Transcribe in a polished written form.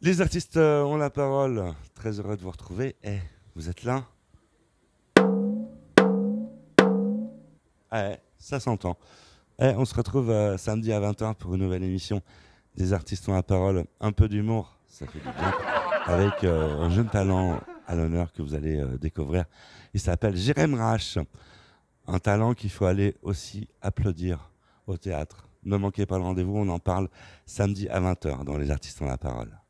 Les artistes ont la parole. Très heureux de vous retrouver. Vous êtes là? Ça s'entend. On se retrouve samedi à 20h pour une nouvelle émission des artistes ont la parole. Un peu d'humour, ça fait du bien. Avec un jeune talent à l'honneur que vous allez découvrir. Il s'appelle Jérém Rache. Un talent qu'il faut aller aussi applaudir au théâtre. Ne manquez pas le rendez-vous, on en parle samedi à 20h dans Les artistes ont la parole.